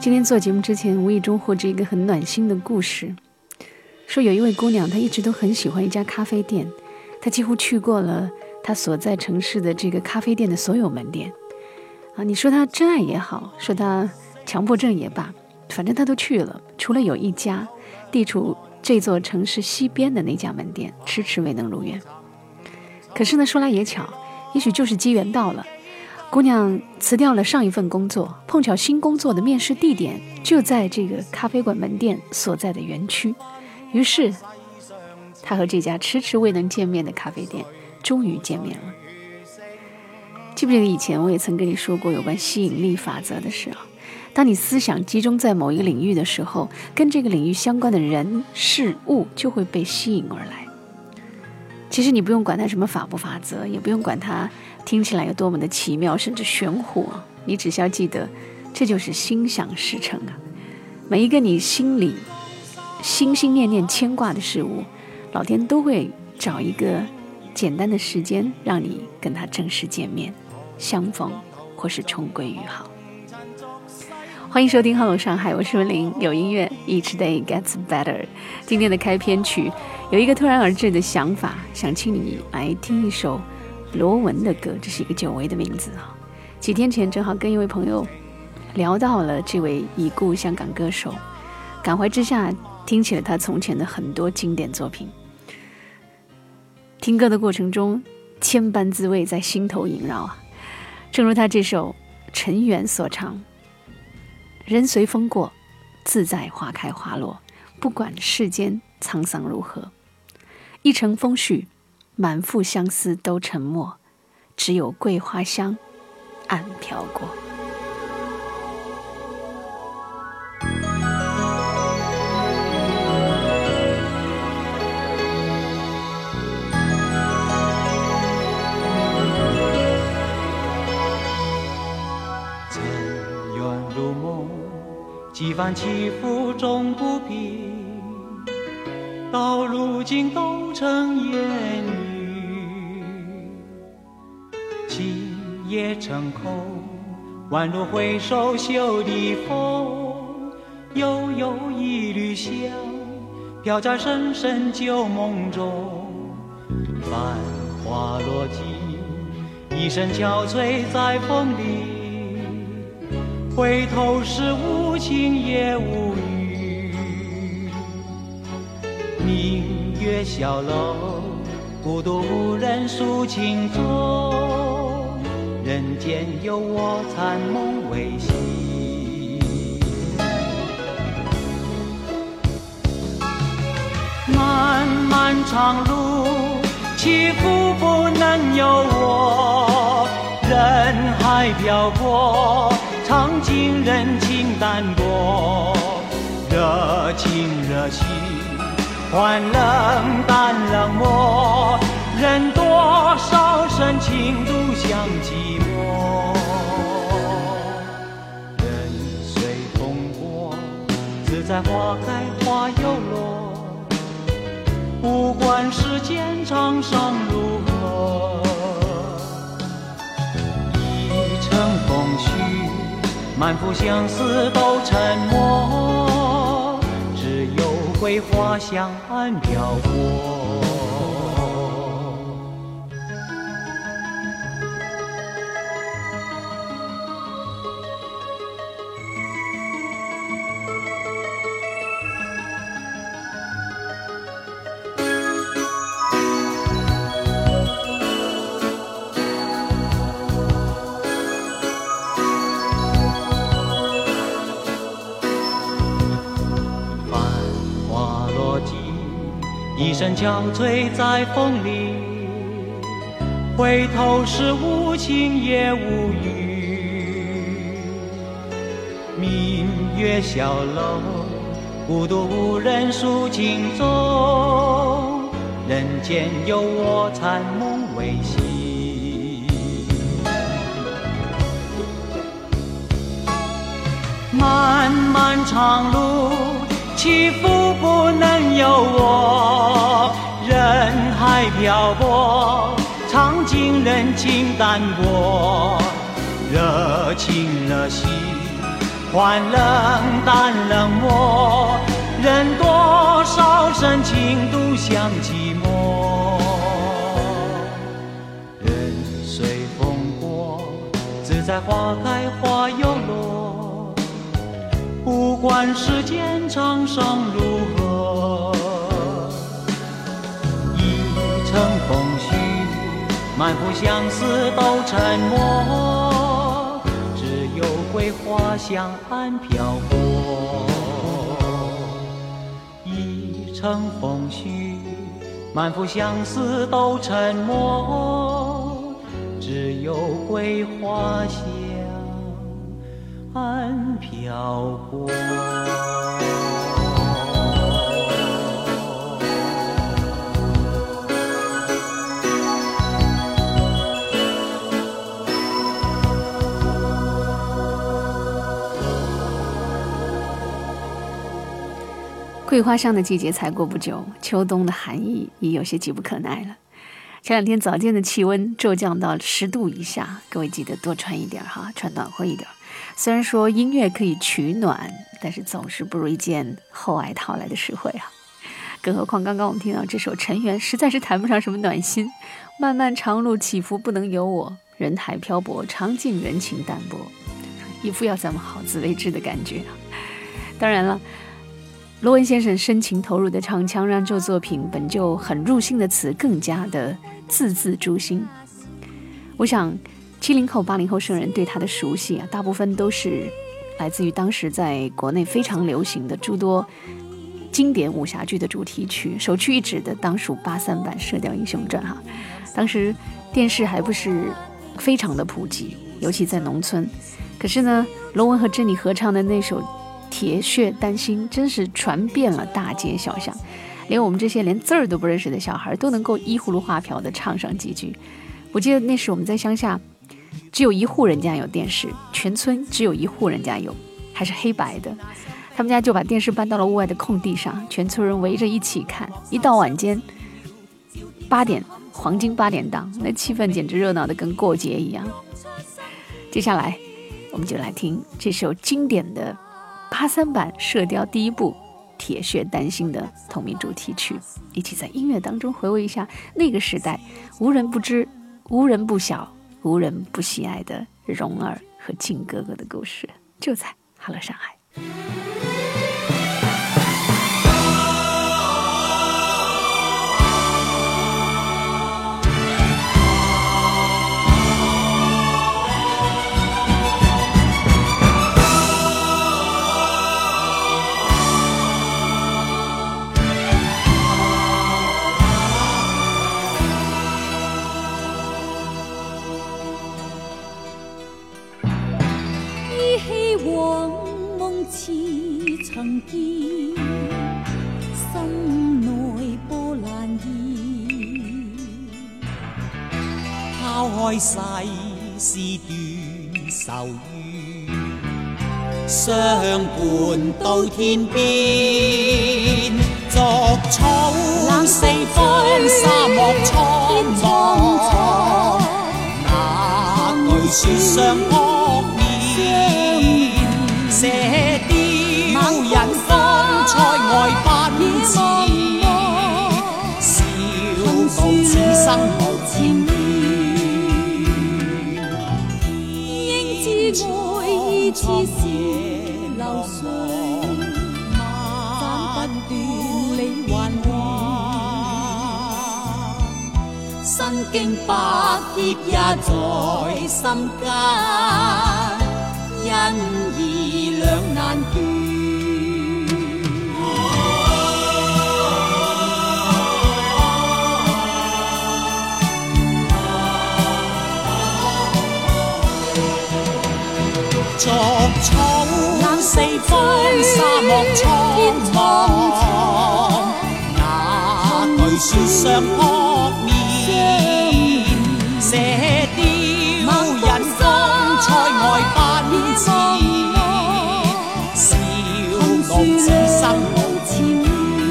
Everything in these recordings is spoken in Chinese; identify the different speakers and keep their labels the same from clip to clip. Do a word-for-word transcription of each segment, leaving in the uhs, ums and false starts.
Speaker 1: 今天做节目之前，无意中获知一个很暖心的故事，说有一位姑娘，她一直都很喜欢一家咖啡店，她几乎去过了她所在城市的这个咖啡店的所有门店啊，你说她真爱也好，说她强迫症也罢，反正她都去了，除了有一家地处这座城市西边的那家门店迟迟未能如愿。可是呢，说来也巧，也许就是机缘到了，姑娘辞掉了上一份工作，碰巧新工作的面试地点就在这个咖啡馆门店所在的园区，于是她和这家迟迟未能见面的咖啡店终于见面了。记不记得以前我也曾跟你说过有关吸引力法则的事啊？当你思想集中在某一个领域的时候，跟这个领域相关的人事物就会被吸引而来。其实你不用管它什么法不法则，也不用管它听起来有多么的奇妙甚至玄乎啊，你只需要记得这就是心想事成啊。每一个你心里心心念念牵挂的事物，老天都会找一个简单的时间让你跟他正式见面相逢，或是重归于好。欢迎收听 Hello 上海，我是文玲，有音乐 Each Day Gets Better。 今天的开篇曲有一个突然而至的想法，想请你来听一首罗文的歌，这是一个久违的名字啊。几天前正好跟一位朋友聊到了这位已故香港歌手，感怀之下听起了他从前的很多经典作品。听歌的过程中，千般滋味在心头萦绕啊。正如他这首陈圆所唱，人随风过，自在花开花落，不管世间沧桑如何，一程风絮，满腹相思都沉默，只有桂花香暗飘过。
Speaker 2: 几番起伏终不平，到如今都成烟雨。今夜成空，宛如回首袖的风，悠悠一缕香飘在深深旧梦中。繁花落尽，一身憔悴在风里，回头时无情也无语。明月小楼，孤独无人诉情衷，人间有我残梦未醒。漫漫长路，起伏不能由我，人海漂泊，尝尽人情淡薄，热情热情，换冷淡冷漠，人多少深情独向寂寞。人随风过，自在花开花又落，不管世间沧桑如何，一程风絮，满腹相思都沉默，只有桂花香暗飘过。一身憔悴在风里，回头时无情也无语。明月小楼，孤独无人诉情衷，人间有我残梦未醒。漫漫长路，起伏不能由我，人海漂泊，尝尽人情淡薄，热情热心， 换冷淡冷漠，任多少深情独享寂寞。任随风过，自在花开花又落，不管世间长生如何。一程风絮，满腹相思都沉默，只有桂花香岸飘过。一程风絮，满腹相思都沉默，只有桂花香岸飘过。
Speaker 1: 桂花香的季节才过不久，秋冬的寒意也有些急不可耐了。前两天早间的气温骤降到十度以下，各位记得多穿一点哈，穿暖和一点。虽然说音乐可以取暖，但是总是不如一件厚外套来的实惠啊。更何况刚刚我们听到这首陈圆，实在是谈不上什么暖心。漫漫长路起伏不能由我，人海漂泊尝尽人情淡薄，一副要咱们好自为之的感觉啊。当然了，罗文先生深情投入的唱腔，让这作品本就很入心的词更加的字字诛心。我想七零后八零后生人对他的熟悉啊，大部分都是来自于当时在国内非常流行的诸多经典武侠剧的主题曲，首屈一指的当属八三版《射雕英雄传》哈。当时电视还不是非常的普及，尤其在农村，可是呢，罗文和珍妮合唱的那首铁血丹心真是传遍了大街小巷，连我们这些连字儿都不认识的小孩都能够依葫芦画瓢的唱上几句。我记得那时我们在乡下，只有一户人家有电视，全村只有一户人家有，还是黑白的。他们家就把电视搬到了屋外的空地上，全村人围着一起看。一到晚间八点，黄金八点档，那气氛简直热闹的跟过节一样。接下来我们就来听这首经典的八三版《射雕》第一部《铁血丹心》的同名主题曲，一起在音乐当中回味一下那个时代无人不知、无人不晓、无人不喜爱的蓉儿和靖哥哥的故事，就在哈乐上海。
Speaker 3: 曾見心內波瀾現，拋開世事斷愁怨，相伴到天邊，逐草四方沙漠蒼茫，那句說相撲面，射雕人風塞外奔馳，笑傲此生無纏綿，應知愛似是流水，斬不斷理還亂，身經百劫也在心間，因義兩難斷。逐草四方沙漠蒼茫，那句說相撲面，射雕人風塞外奔馳，笑傲此生無纏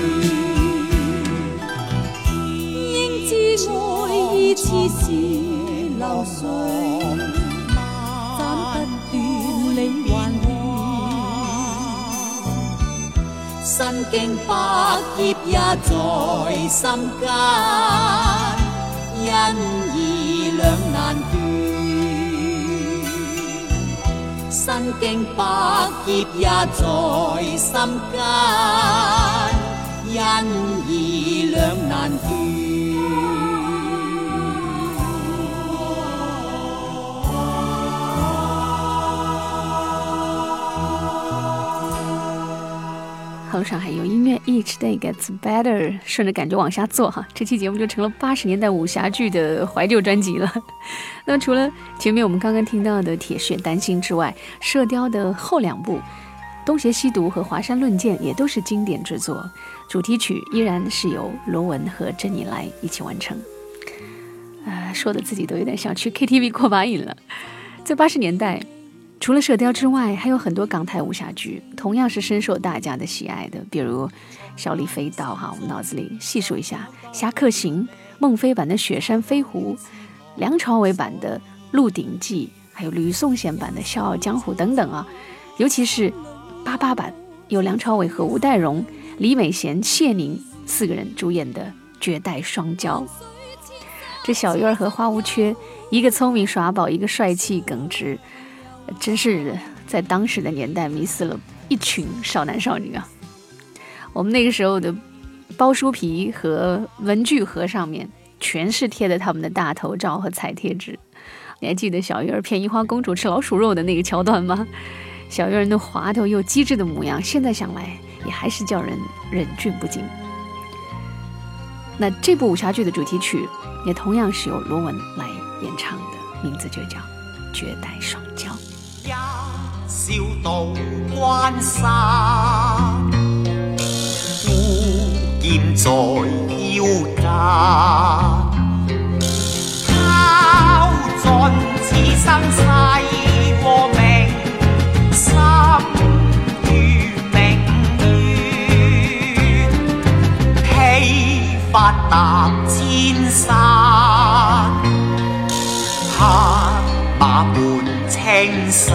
Speaker 3: 綿，應知愛意似是流水，斬不斷理還亂， 身經百劫也在心間，因義兩難斷。身經百劫也在心間，因義兩難斷。
Speaker 1: 路上还有音乐 Each Day Gets Better， 顺着感觉往下做哈，这期节目就成了八十年代武侠剧的怀旧专辑了。那么除了前面我们刚刚听到的《铁血丹心》之外，射雕的后两部《东邪西毒》和《华山论剑》也都是经典之作，主题曲依然是由罗文和甄妮来一起完成。呃，说的自己都有点想去 K T V 过把瘾了。在八十年代，除了射雕之外，还有很多港台武侠剧同样是深受大家的喜爱的，比如小李飞刀哈，我们脑子里细数一下，侠客行、孟非版的雪山飞狐、梁朝伟版的鹿鼎记，还有吕颂贤版的笑傲江湖等等啊。尤其是八八版，有梁朝伟和吴岱融、李美贤、谢宁四个人主演的绝代双骄。这小鱼儿和花无缺，一个聪明耍宝，一个帅气耿直，真是在当时的年代迷死了一群少男少女啊！我们那个时候的包书皮和文具盒上面全是贴的他们的大头照和彩贴纸。你还记得小鱼儿骗樱花公主吃老鼠肉的那个桥段吗？小鱼儿那滑头又机智的模样，现在想来也还是叫人忍俊不禁。那这部武侠剧的主题曲也同样是由罗文来演唱的，名字就叫《绝代双骄》。
Speaker 2: 一笑渡關山，孤劍在腰間，拋盡此生世和名，心如明月，披發踏千山，黑馬伴青衫，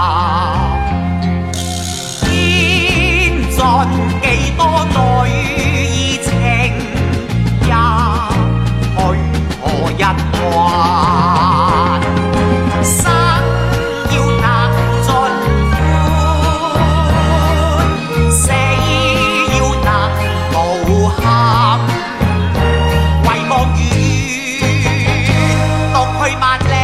Speaker 2: 天盡幾多對意情，一去何一還？生要能盡歡，死要能無憾，唯望遠獨去萬里。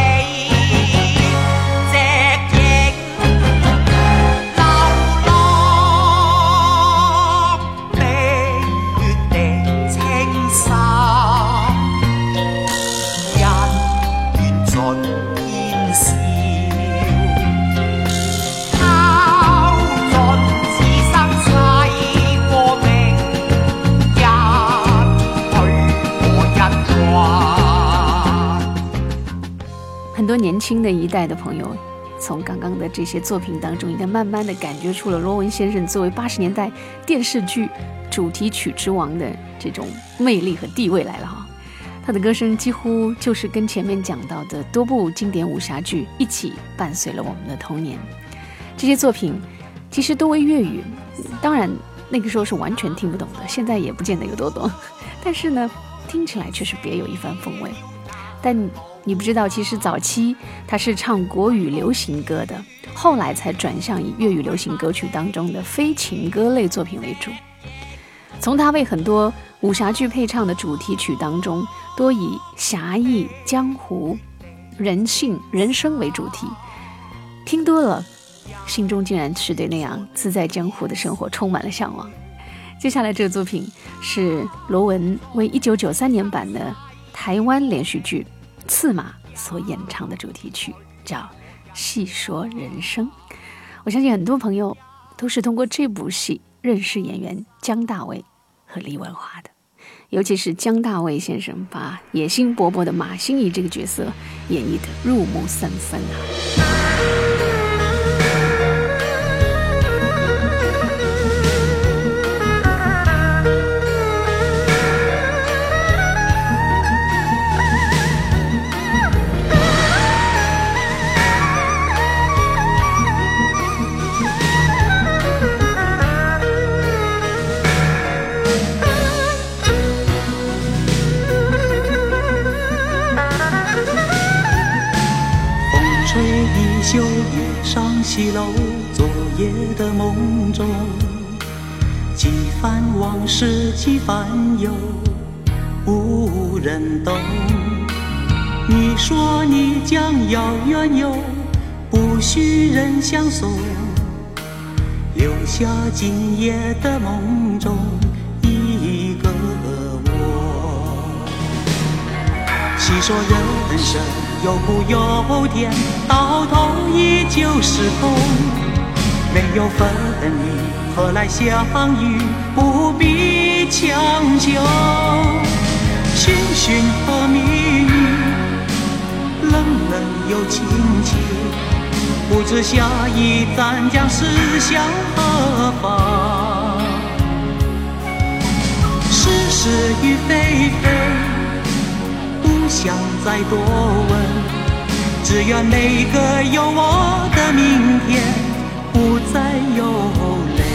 Speaker 1: 很多年轻的一代的朋友从刚刚的这些作品当中应该慢慢的感觉出了罗文先生作为八十年代电视剧主题曲之王的这种魅力和地位来了哈。他的歌声几乎就是跟前面讲到的多部经典武侠剧一起伴随了我们的童年。这些作品其实都为粤语，当然那个时候是完全听不懂的，现在也不见得有多懂，但是呢听起来却是别有一番风味。但你不知道，其实早期他是唱国语流行歌的，后来才转向以粤语流行歌曲当中的非情歌类作品为主。从他为很多武侠剧配唱的主题曲当中，多以侠义、江湖、人性、人生为主题，听多了，心中竟然是对那样自在江湖的生活充满了向往。接下来这个作品是罗文为一九九三年版的台湾连续剧《刺马》所演唱的主题曲，叫《细说人生》。我相信很多朋友都是通过这部戏认识演员姜大卫和李文华的，尤其是姜大卫先生把野心勃勃的马心怡这个角色演绎得入木三分啊。
Speaker 2: 西楼，昨夜的梦中，几番往事几番忧，无人懂。你说你将要远游，不许人相送，留下今夜的梦中一个我。细说人生有苦有甜，到头依旧是空。没有分离，何来相遇？不必强求。寻寻和觅觅，冷冷又亲切，不知下一站将驶向何方。是是与非非，不想再多问，只愿每个有我的明天不再有泪。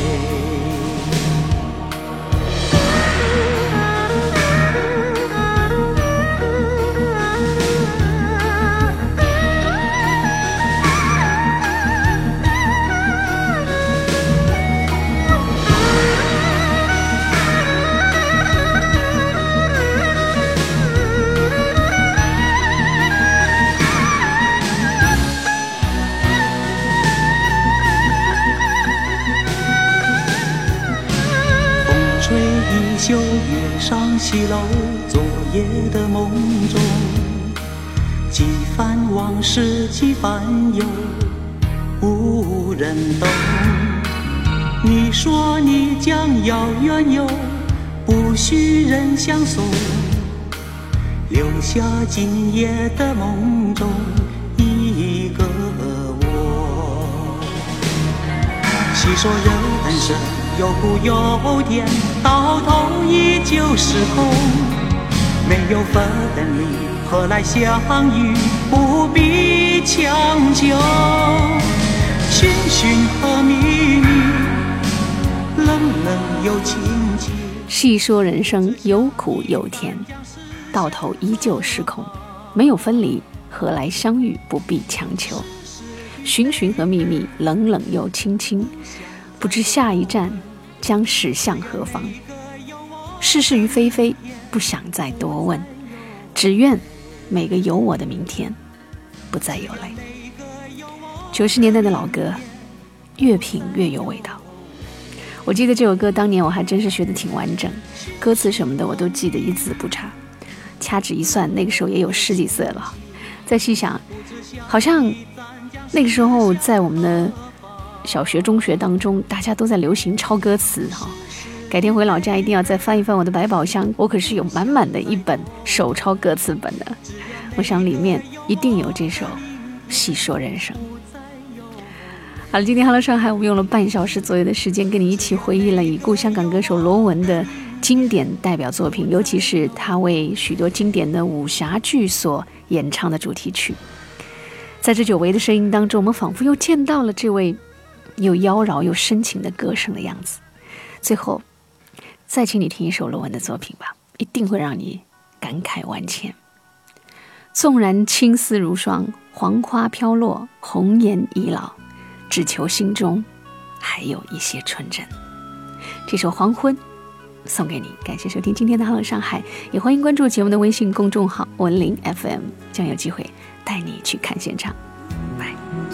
Speaker 2: 就月上西楼，昨夜的梦中，几番往事几番忧，无人懂。你说你将要远游，不许人相送，留下今夜的梦中一个我。细说人生有苦有甜，到头依旧是空。没有分离，何来相遇？不必强求。寻寻和觅觅，冷冷又亲切。
Speaker 1: 细说人生有苦有甜，到头依旧是空。没有分离，何来相遇？不必强求。寻寻和觅觅，冷冷又亲亲，不知下一站将驶向何方。是是与非非，不想再多问，只愿每个有我的明天不再有泪。九十年代的老歌，越品越有味道。我记得这首歌当年我还真是学得挺完整，歌词什么的我都记得一字不差。掐指一算，那个时候也有十几岁了。再细想，好像那个时候在我们的小学中学当中，大家都在流行抄歌词哈。改天回老家一定要再翻一翻我的百宝箱，我可是有满满的一本手抄歌词本的，我想里面一定有这首《细说人生》。好了，今天 Hello 上海，我们用了半小时左右的时间跟你一起回忆了已故香港歌手罗文的经典代表作品，尤其是他为许多经典的武侠剧所演唱的主题曲。在这久违的声音当中，我们仿佛又见到了这位又妖娆又深情的歌声的样子。最后再请你听一首罗文的作品吧，一定会让你感慨万千。纵然青丝如霜，黄花飘落，红颜已老，只求心中还有一些纯真。这首《黄昏》送给你，感谢收听今天的 Hello 上海，也欢迎关注节目的微信公众号文林 F M， 将有机会带你去看现场。拜。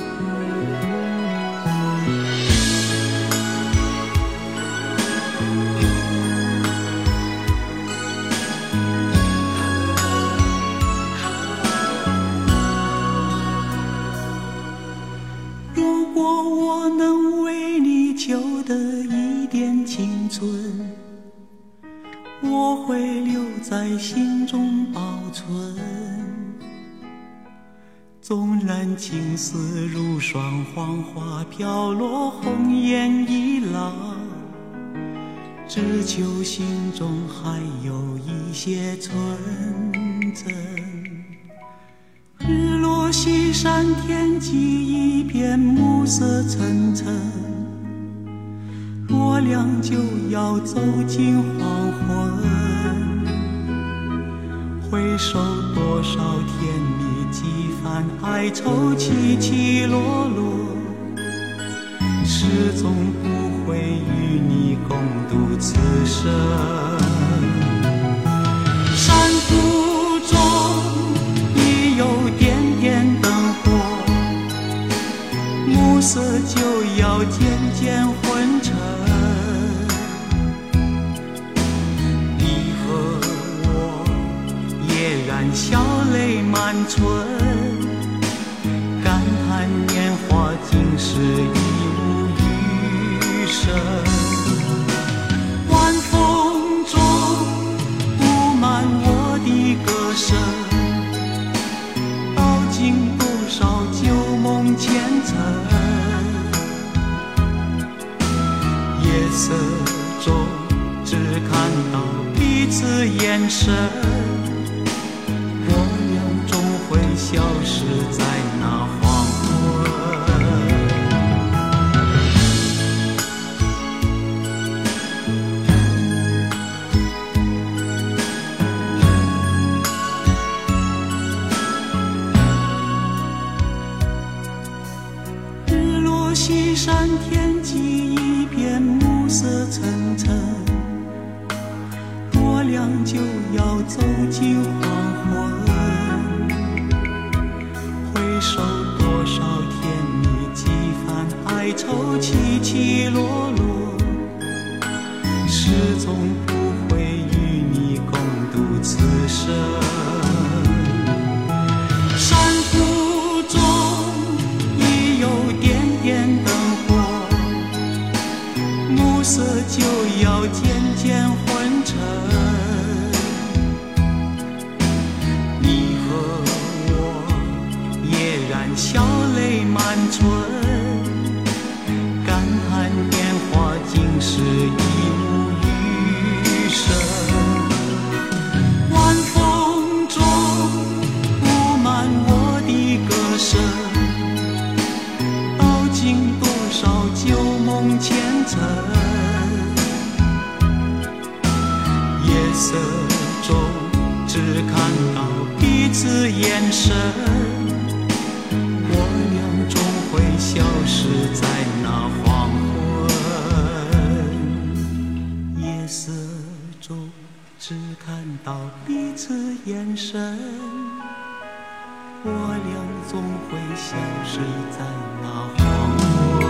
Speaker 2: 如果我能为你求得一点青春，我会留在心中保存。纵然青丝如霜，黄花飘落，红颜已老，只求心中还有一些纯真。日落西山，天际一片暮色沉沉，我俩就要走进黄昏。回首多少甜蜜，几番哀愁，起起落落， 始终不会与你共度此生。山谷中已有点点灯火，暮色就要渐渐昏沉。你和我也然笑泪满唇，感叹年华竟是一无余生。晚风中布满我的歌声，道尽多少旧梦前尘。夜色中只看到彼此眼神，我俩终会消失在那黄昏。日落西山，天际一片暮色沉沉，我俩就要走进黄昏。回首多少天你几番哀愁起起落落，始终不会与你共度此生。山谷中已有点点灯火，暮色就要渐渐昏沉。你和我也然笑泪满唇，感叹年华竟是一无余生。晚风中布满我的歌声，道尽多少旧梦前尘。夜色中只看到彼此眼神，我俩终会消失在那黄昏。夜色中只看到彼此眼神，我俩终会消失在那黄昏。